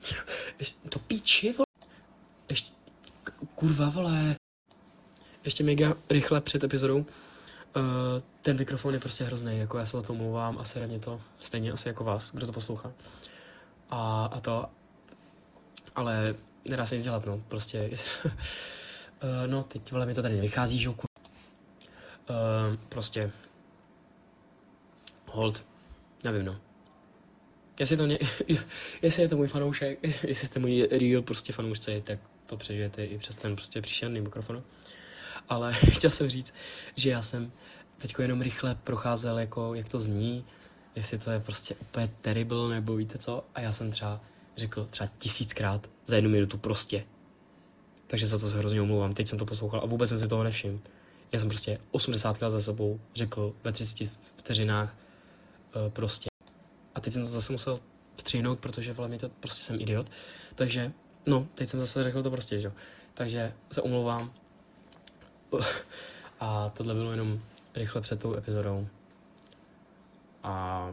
To píči, vole. Ještě, kurva, vole. Ještě mega rychle před epizodou. Ten mikrofon je prostě hrozný, jako já se za to omlouvám a sere mě to stejně asi jako vás, kdo to poslouchá. A to, ale nedá se nic dělat, no, prostě, no, teď, vole, mi to tady nevychází, že prostě, hold, nevím, no. Jestli je to můj fanoušek, jestli jste můj real prostě fanoušci, tak to přežijete i přes ten prostě příšerný mikrofon. Ale chtěl jsem říct, že já jsem teďko jenom rychle procházel, jako jak to zní, jestli to je prostě úplně terrible, nebo víte co, a já jsem třeba řekl 1000krát za 1 minutu prostě. Takže za to se hrozně omlouvám, teď jsem to poslouchal a vůbec jsem si toho nevšiml. Já jsem prostě 80krát za sebou řekl ve 30 vteřinách prostě. A teď jsem to zase musel střihnout, protože vole mi to prostě jsem idiot. Takže, no, teď jsem zase řekl to prostě, že jo. Takže se omlouvám. A tohle bylo jenom rychle před tou epizodou. A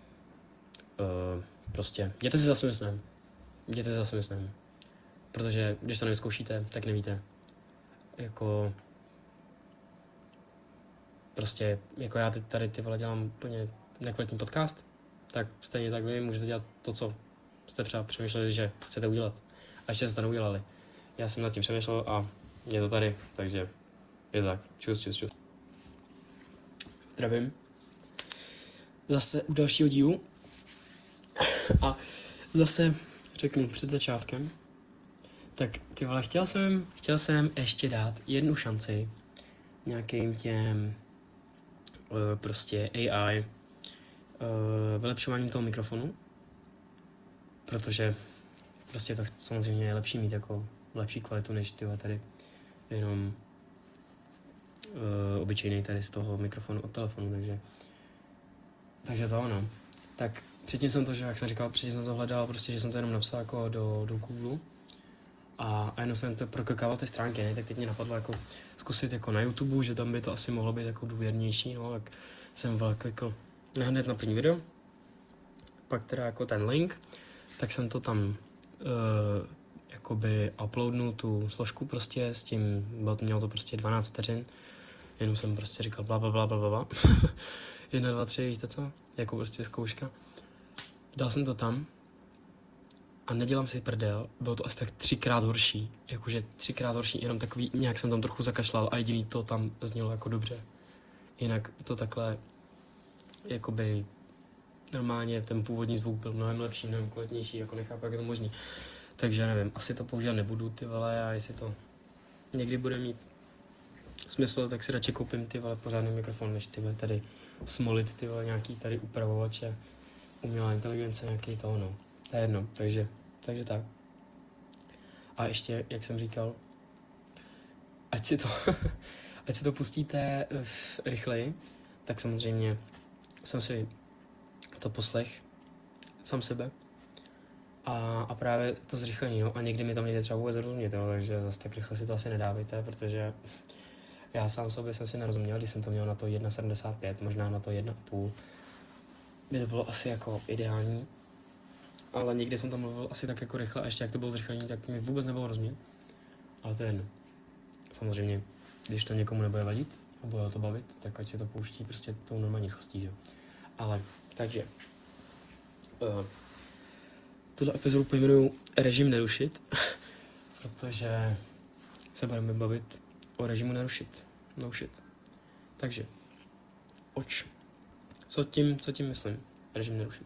prostě, jděte si za svým snem. Jděte si za svým snem. Protože když to nevyzkoušíte, tak nevíte. Jako prostě, jako já teď tady ty vole dělám úplně nekvalitní podcast, tak stejně tak vy můžete dělat to, co jste třeba přemýšleli, že chcete udělat. A ještě jste to neudělali. Já jsem nad tím přemýšlel a je to tady, takže je to tak. Čus. Zdravím. Zase u dalšího dílu. A zase řeknu před začátkem. Tak ty vole, chtěl jsem ještě dát jednu šanci nějakým těm prostě AI vylepšováním toho mikrofonu. Protože prostě to samozřejmě je lepší mít jako lepší kvalitu než tyhle tady jenom obyčejný tady z toho mikrofonu od telefonu, takže to ono. Tak předtím jsem to, že jak jsem říkal, předtím jsem to hledal, prostě, že jsem to jenom napsal jako do Google a jenom jsem to proklikával ty stránky, ne? Tak teď mě napadlo jako zkusit jako na YouTube, že tam by to asi mohlo být jako důvěrnější, no, tak jsem klikl hned na první video, pak teda jako ten link, tak jsem to tam jakoby uploadnul tu složku prostě s tím, mělo to prostě 12 vteřin, jenom jsem prostě říkal bla. 1, 2, 3, víte co? Jako prostě zkouška. Dal jsem to tam a nedělám si prdel, bylo to asi tak 3krát horší, jakože 3krát horší, jenom takový, nějak jsem tam trochu zakašlal a jediný to tam znělo jako dobře. Jinak to takhle, jakoby normálně ten původní zvuk byl mnohem lepší, mnohem kvalitnější, jako nechápu, jak je to možný. Takže nevím, asi to používat nebudu, ty vole, a jestli to někdy bude mít smysl, tak si radši koupím ty vole pořádný mikrofon, než ty vole tady smolit ty vole nějaký tady upravovače, umělá inteligence, nějaký to ono. To je jedno, takže tak. A ještě, jak jsem říkal, ať si to pustíte rychleji, tak samozřejmě jsem si to poslech sám sebe a právě to zrychlení, no, a někdy mi tam nejde třeba vůbec rozumět, jo, takže zase tak rychle si to asi nedávejte, protože já sám sobě jsem si nerozuměl, když jsem to měl na to 1,75, možná na to 1,5, by to bylo asi jako ideální, ale někdy jsem to mluvil asi tak jako rychle a ještě jak to bylo zrychlení, tak mi vůbec nebylo rozumět, ale to je jedno. Samozřejmě, když to někomu nebude vadit a bude to bavit, tak ať si to pouští prostě tou normální rychlostí, že? Ale, takže, tuhle epizodu pojmenuju režim nerušit, protože se budeme bavit o režimu nerušit. No shit. Takže, co tím myslím? Režim nerušit.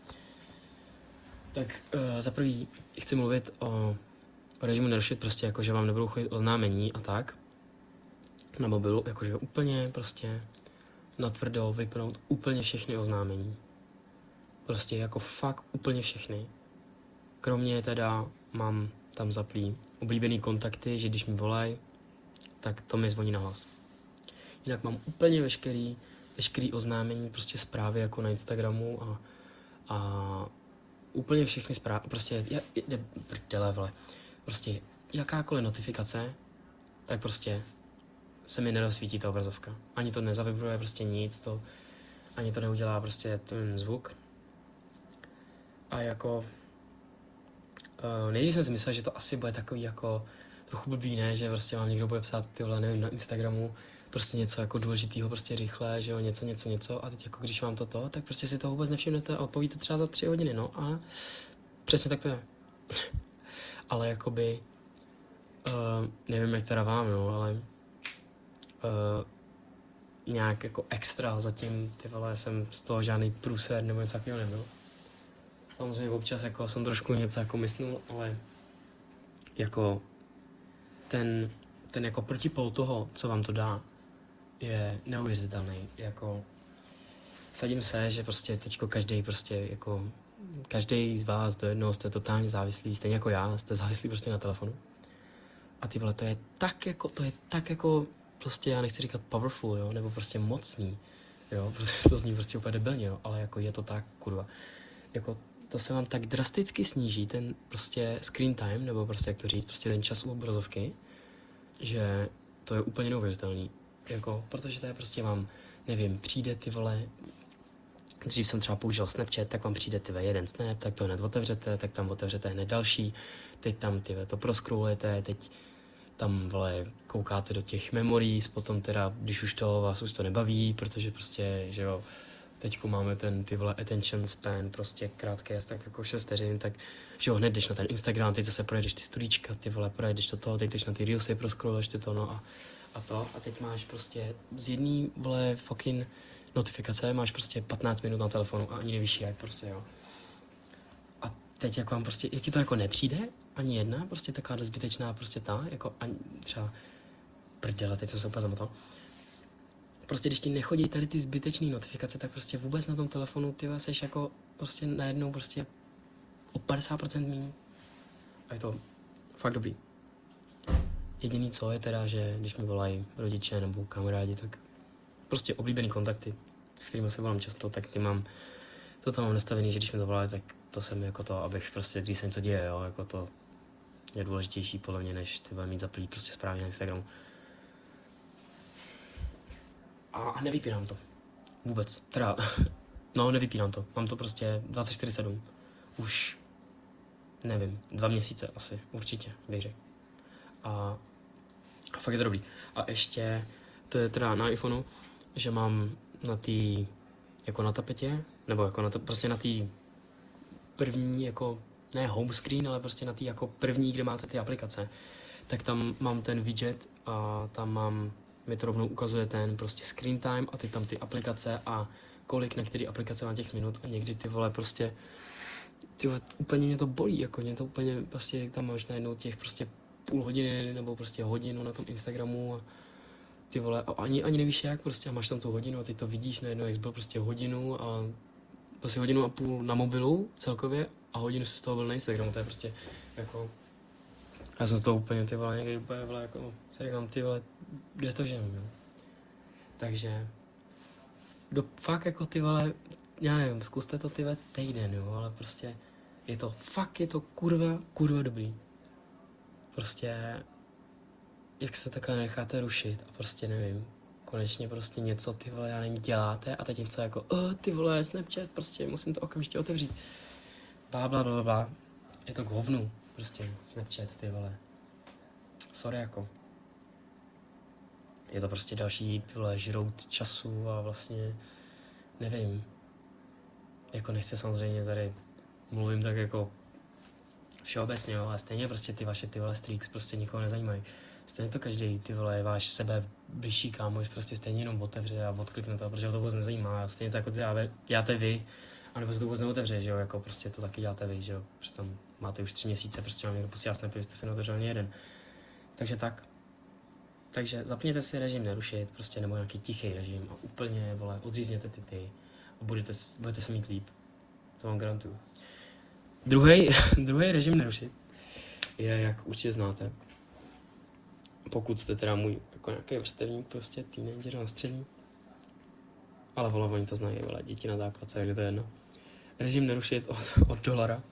Tak za prvý chci mluvit o režimu nerušit, prostě jako, že vám nebudou chodit oznámení a tak na mobilu, jakože úplně prostě natvrdo vypnout úplně všechny oznámení. Prostě jako fakt úplně všechny. Kromě teda mám tam zaplý oblíbený kontakty, že když mi volají, tak to mi zvoní na hlas. Jinak mám úplně veškerý oznámení, prostě zprávy jako na Instagramu a úplně všechny zprávy, prostě prdele, vole. Prostě jakákoliv notifikace, tak prostě se mi nerozsvítí ta obrazovka. Ani to nezavibruje prostě nic, ani to neudělá prostě ten zvuk. A jako nejdřív jsem si myslel, že to asi bude takový jako trochu blbý, ne, že prostě vám někdo bude psát, ty vole, nevím, na Instagramu, prostě něco jako důležitého, prostě rychle, že jo, něco a teď jako když vám to, tak prostě si toho vůbec nevšimnete a odpovíte třeba za 3 hodiny, no a přesně tak to je. Ale jakoby, nevím jak teda vám, no, ale nějak jako extra zatím, ty vole, jsem z toho žádný průser nebo něco takového nebyl. Samozřejmě občas jako jsem trošku něco jako mysnul, ale jako ten jako protipol toho, co vám to dá, je neuvěřitelný. Jako sadím se, že prostě teďko každý z vás do jednoho jste totálně závislí, stejně jako já, jste závislí prostě na telefonu. A ty vole, to je tak jako prostě, já nechci říkat powerful, jo, nebo prostě mocný, jo, protože to zní prostě úplně debilně, jo, ale jako je to tak, kurva. Jako to se vám tak drasticky sníží ten prostě screen time, nebo prostě jak to říct, prostě ten čas u obrazovky, že to je úplně neuvěřitelný. Jako, protože to je prostě vám, nevím, přijde ty vole, dřív jsem třeba použil Snapchat, tak vám přijde ty jeden snap, tak to hned otevřete, tak tam otevřete hned další, teď tam ty to proscrollujete, teď tam vole koukáte do těch memories, potom teda, když už to vás už to nebaví, protože prostě, že jo, teďko máme ten ty vole attention span, prostě krátký, tak jako 6 vteřin, tak že jo, hned jdeš na ten Instagram, teď zase projedeš ty studička, ty vole, projedeš to toho, teď jdeš na ty reelsy, proscrolluješ ty to, no a teď máš prostě z jedný vole fucking notifikace, máš prostě 15 minut na telefonu a ani nevíš jak prostě, jo. A teď jak vám prostě, jak ti to jako nepřijde, ani jedna, prostě taková zbytečná prostě ta, jako ani třeba prdele, teď jsem se úplně zamotal. Prostě když ti nechodí tady ty zbytečné notifikace, tak prostě vůbec na tom telefonu ty seš jako prostě najednou prostě o 50% méně. A je to fakt dobrý. Jediný co je teda, že když mi volají rodiče nebo kamarádi, tak prostě oblíbený kontakty, s kterými se volám často, tak ty mám, to tam mám nastavený, že když mi to volají, tak to jsem jako to, abych prostě, když se něco děje, jo, jako to je důležitější podle mě, než ty mít zaplý prostě zprávy na Instagramu. A nevypínám to. Vůbec. Teda, no nevypínám to. Mám to prostě 24/7. Už, nevím, 2 měsíce asi, určitě, bych řekl. A fakt je to dobrý. A ještě, to je teda na iPhoneu, že mám na té, jako na tapetě, nebo jako prostě na té první, jako, ne home screen, ale prostě na té jako první, kde máte ty aplikace, tak tam mám ten widget a tam mi to rovnou ukazuje ten prostě screen time a teď tam ty aplikace a kolik na který aplikace má těch minut a někdy ty vole prostě, ty vole, úplně mě to bolí, jako mě to úplně prostě tam máš najednou těch prostě půl hodiny nebo prostě hodinu na tom Instagramu a ty vole, a ani nevíš jak prostě a máš tam tu hodinu a ty to vidíš najednou, jak byl prostě hodinu a prostě 1,5 hodiny na mobilu celkově a hodinu si z toho byl na Instagramu, to je prostě jako, já jsem z toho úplně ty vole někdy úplně vole jako, se říkám ty vole, kde to žijem, jo. Takže, fakt jako ty vole, já nevím, zkuste to ty vole týden, jo, ale prostě je to kurva dobrý. Prostě, jak se takhle necháte rušit a prostě nevím, konečně prostě něco ty vole, já nevím, děláte a teď něco jako, ty vole, Snapchat, prostě musím to okamžitě otevřít. Bla. Je to k hovnu, prostě Snapchat, ty vole. Sorry jako. Je to prostě další, vole, žrout času a vlastně, nevím. Jako nechci samozřejmě tady, mluvím tak jako všeobecně, jo, ale stejně prostě ty vaše ty vole streaks prostě nikoho nezajímají. Stejně to každý ty vole váš sebe bližší kámoš prostě stejně jenom otevře a odklikne to, protože ho to vůbec nezajímá. A stejně to jako děláte vy, anebo se to vůbec neotevře, že jo, jako prostě to taky děláte vy, že jo. Prostě tam máte už 3 měsíce, prostě vám někdo posílá snapy, jste se neotevřel ani jeden. Takže tak. Takže zapněte si režim nerušit, prostě nebo nějaký tichý režim a úplně, vole, odřízněte ty a budete se mít líp. To vám garantuju. Druhý režim nerušit je, jak určitě znáte, pokud jste teda můj jako nějaký vrstevník, prostě teenager na střední, ale vole, oni to znají, vole, děti na základce, takže to je jedno. Režim nerušit od $1.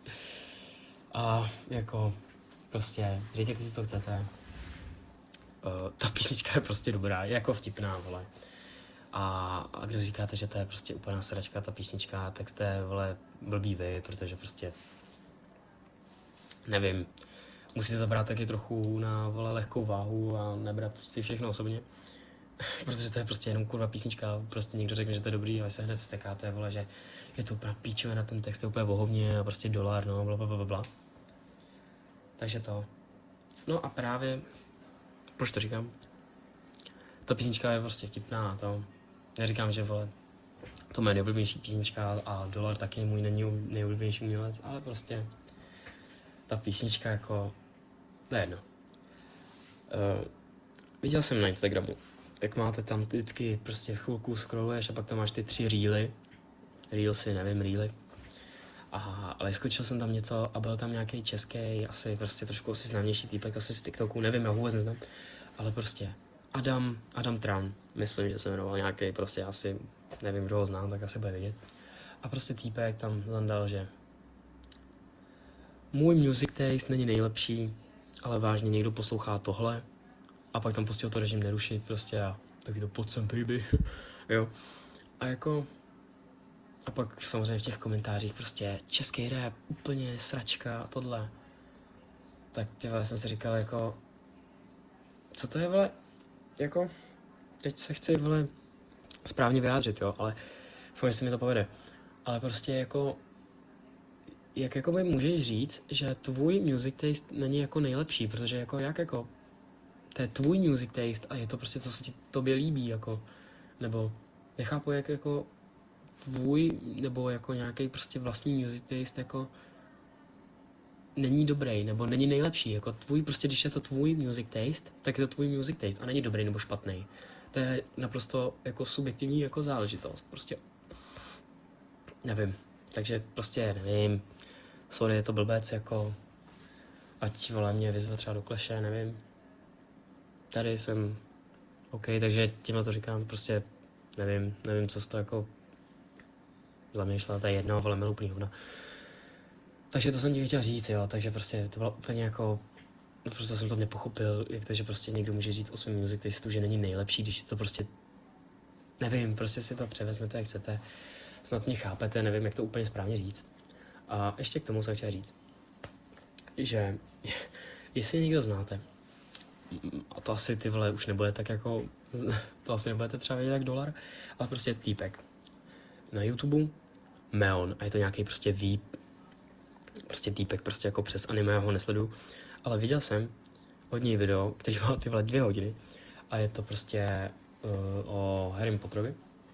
A jako prostě říkejte si, co chcete. Ta písnička je prostě dobrá, je jako vtipná, vole. A když říkáte, že to je prostě úplná sračka, ta písnička, tak jste, vole, blbý vy, protože prostě nevím, musíte to brát taky trochu na, vole, lehkou váhu a nebrat si všechno osobně. Protože to je prostě jenom kurva písnička, prostě někdo řekne, že to je dobrý a se hned vztekáte, vole, že je to úplně píčovina, ten text je úplně vohovně a prostě dolar, no, bla. Takže to. No a právě, proč to říkám? Ta písnička je prostě vtipná a to. Neříkám, že, vole, to moje nejoblíbenější písnička a dolar taky můj není nejoblíbenější umělec, ale prostě ta písnička jako, to je jedno. Viděl jsem na Instagramu, jak máte tam vždycky prostě chvilku scrolluješ a pak tam máš ty 3 reely, reely. A vyskočil jsem tam něco a byl tam nějaký český, asi prostě trošku asi známější týpek, asi z TikToku, nevím, já vůbec neznám, ale prostě Adam Tran, myslím, že se jmenoval nějaký, prostě asi, nevím, kdo ho znám, tak asi bude vidět. A prostě týpek tam zandal, že můj music taste není nejlepší, ale vážně někdo poslouchá tohle a pak tam pustil to režim nerušit prostě a taky to pojď sem, baby, jo. A jako, a pak samozřejmě v těch komentářích prostě český rap, úplně sračka a tohle. Tak ty vole, jsem si říkal jako, co to je, vole, jako, teď se chci, vole, správně vyjádřit, jo, ale fakt, že se mi to povede. Ale prostě jako, jak jako mi můžeš říct, že tvůj music taste není jako nejlepší, protože jako jak jako, to je tvůj music taste a je to prostě, co se ti tobě líbí, jako, nebo nechápu, jak jako tvůj, nebo jako nějaký prostě vlastní music taste, jako není dobrý, nebo není nejlepší, jako tvůj, prostě když je to tvůj music taste, tak je to tvůj music taste a není dobrý nebo špatný. To je naprosto jako subjektivní jako záležitost, prostě nevím, takže prostě nevím, sorry, je to blbec, jako ať vole mě vyzve třeba do kleše, nevím, tady jsem OK, takže tímhle to říkám, prostě nevím, co z to jako zamýšlela, to je jedno, vole, milu úplný hovna. Takže to jsem ti chtěl říct, jo, takže prostě to bylo úplně jako, prostě jsem to nepochopil, jak to, že prostě někdo může říct o svém music tastu, že není nejlepší, když to prostě, nevím, prostě si to převezmete, jak chcete, snad mě chápete, nevím, jak to úplně správně říct. A ještě k tomu jsem chtěl říct, že jestli někdo znáte, a to asi ty vole už nebude tak jako, to asi nebudete třeba vědět jak dolar, ale prostě týpek na YouTube, Meon, a je to nějaký prostě prostě týpek, prostě jako přes anime, já ho nesledu, ale viděl jsem od něj video, který má ty vole 2 hodiny a je to prostě o Harry Potterovi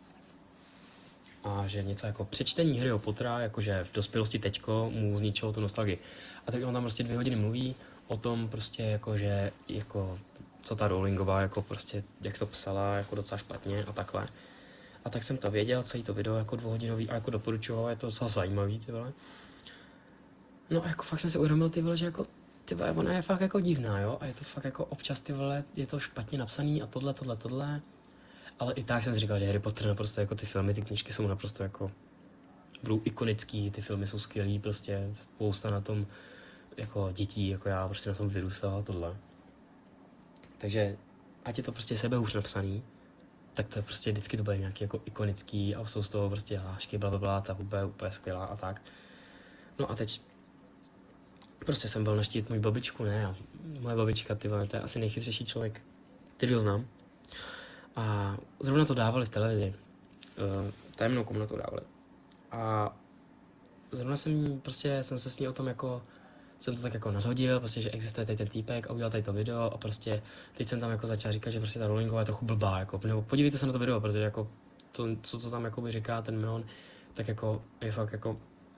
a že něco jako přečtení Harryho Pottera, jakože v dospělosti teďko mu zničilo tu nostalgii. A tak on tam prostě 2 hodiny mluví o tom prostě jako, že jako co ta Rowlingová jako prostě, jak to psala jako docela špatně a takhle. A tak jsem to věděl, celý to video jako 2hodinový a jako doporučoval, je to docela zajímavý, ty vole. No a jako fakt jsem si uvědomil, ty vole, že jako, ty vole, ona je fakt jako divná, jo, a je to fakt jako občas, ty vole, je to špatně napsaný a tohle, ale i tak jsem si říkal, že Harry Potter naprosto jako ty filmy, ty knížky jsou naprosto jako, budou ikonický, ty filmy jsou skvělý, prostě spousta na tom, jako dětí, jako já, prostě na tom vyrůstal a tohle. Takže, ať je to prostě sebehůř napsaný, tak to je prostě vždycky to bude nějaký jako ikonický a jsou z toho prostě hlášky, blablabla, ta hudba je úplně skvělá a tak. No a teď prostě jsem byl naštívit můj babičku, ne, a moje babička, ty vole, to je asi nejchytřejší člověk, který ho znám. A zrovna to dávali v televizi, tajemnou komnatu dávali. A zrovna jsem se s ní o tom jako, jsem to tak jako nadhodil, prostě, že existuje tady ten týpek a udělal tady to video a prostě teď jsem tam jako začal říkat, že prostě ta Rowlingová je trochu blbá, jako, nebo podívejte se na to video, protože jako to, co tam jako by říká ten Melon, tak jako je fakt jako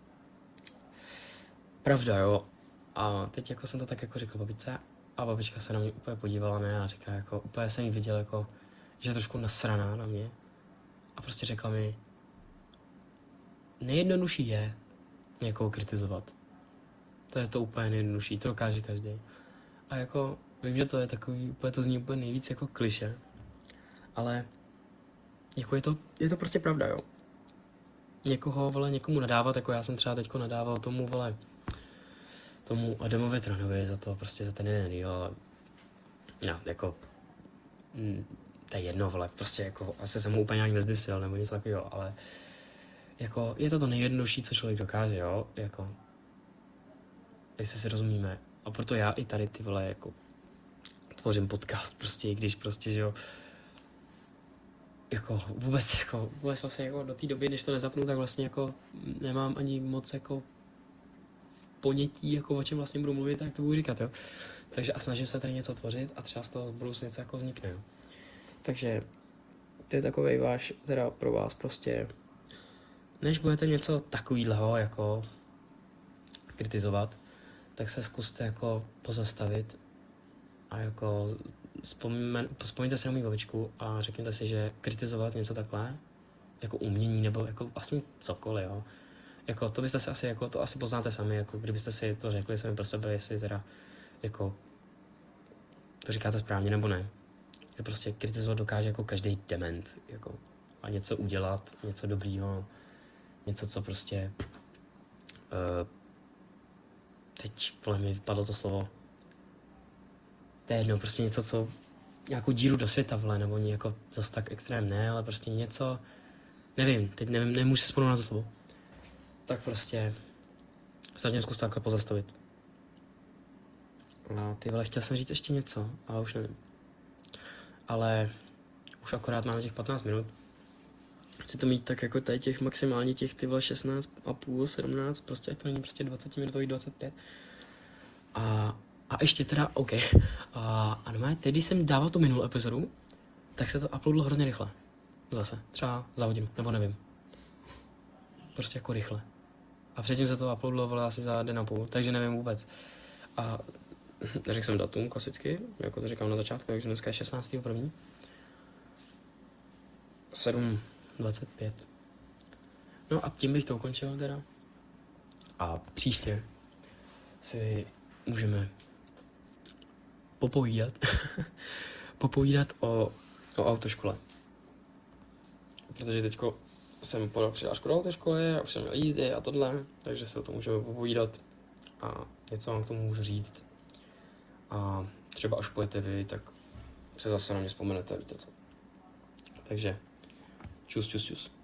pravda, jo. A teď jako jsem to tak jako řekl babičce a babička se na mě úplně podívala, ne, a říká jako, úplně jsem jí viděl jako, že je trošku nasraná na mě a prostě řekla mi, nejjednodušší je někoho kritizovat. To je to úplně nejjednodušší, to dokáže každý. A jako, vím, že to je takový, úplně to zní úplně nejvíc jako kliše, ale jako je to prostě pravda, jo. Někomu nadávat, jako já jsem třeba teďko nadával tomu, tomu Adamovi Tranovi za to, prostě za ten jeden díl, ale já, jako, to je jedno, vole, prostě jako, asi jsem mu úplně nějak nezdysil, nebo nic takového, ale jako, je to nejjednodušší, co člověk dokáže, jo, jako, jestli si rozumíme. A proto já i tady ty vole jako tvořím podcast prostě, i když prostě, že jo, jako vůbec vlastně jako do té doby, než to nezapnu, tak vlastně jako nemám ani moc jako ponětí, jako o čem vlastně budu mluvit, tak to budu říkat, jo. Takže a snažím se tady něco tvořit a třeba z toho budoucnu něco jako vznikne, jo. Takže to je takovej váš, teda pro vás prostě, než budete něco takovýhleho jako kritizovat, tak se zkuste jako pozastavit a jako vzpomeňte si na mou babičku a řekněte si, že kritizovat něco takhle, jako umění nebo jako vlastně cokoliv, jo. Jako to byste si asi, jako to asi poznáte sami, jako kdybyste si to řekli sami pro sebe, jestli teda jako to říkáte správně nebo ne. Že prostě kritizovat dokáže jako každý dement, jako a něco udělat, něco dobrýho, něco, co prostě teď vole mi vypadlo to slovo. To je jedno, prostě něco, co nějakou díru do světa, vole, nebo jako zas tak extrém ne, ale prostě něco, nevím, teď nevím, nemůžu se vzpomenout na to slovo. Tak prostě se nad tím zkus takhle pozastavit. A ty vole, chtěl jsem říct ještě něco, ale už nevím. Ale už akorát máme těch 15 minut. Chci to mít tak jako tady těch maximálně těch ty vole 16 a půl, 17, prostě ať to není prostě 20 minutových 25. A ještě teda, OK. A normálně, teď, když jsem dával tu minulou epizodu, tak se to uploadlo hrozně rychle. Zase, třeba za hodinu, nebo nevím. Prostě jako rychle. A předtím se to uploadlo asi za den a půl, takže nevím vůbec. A řekl jsem datum klasicky, jako to říkám na začátku, takže dneska je 16.1. 7:25. No a tím bych to ukončil teda. A příště si můžeme popovídat o autoškole. Protože teďko jsem podal přihlášku do autoškoly a už jsem měl jízdy a tohle, takže se o tom můžeme popovídat a něco vám k tomu můžu říct. A třeba až pojete vy, tak se zase na mě vzpomenete, víte co. Takže čus.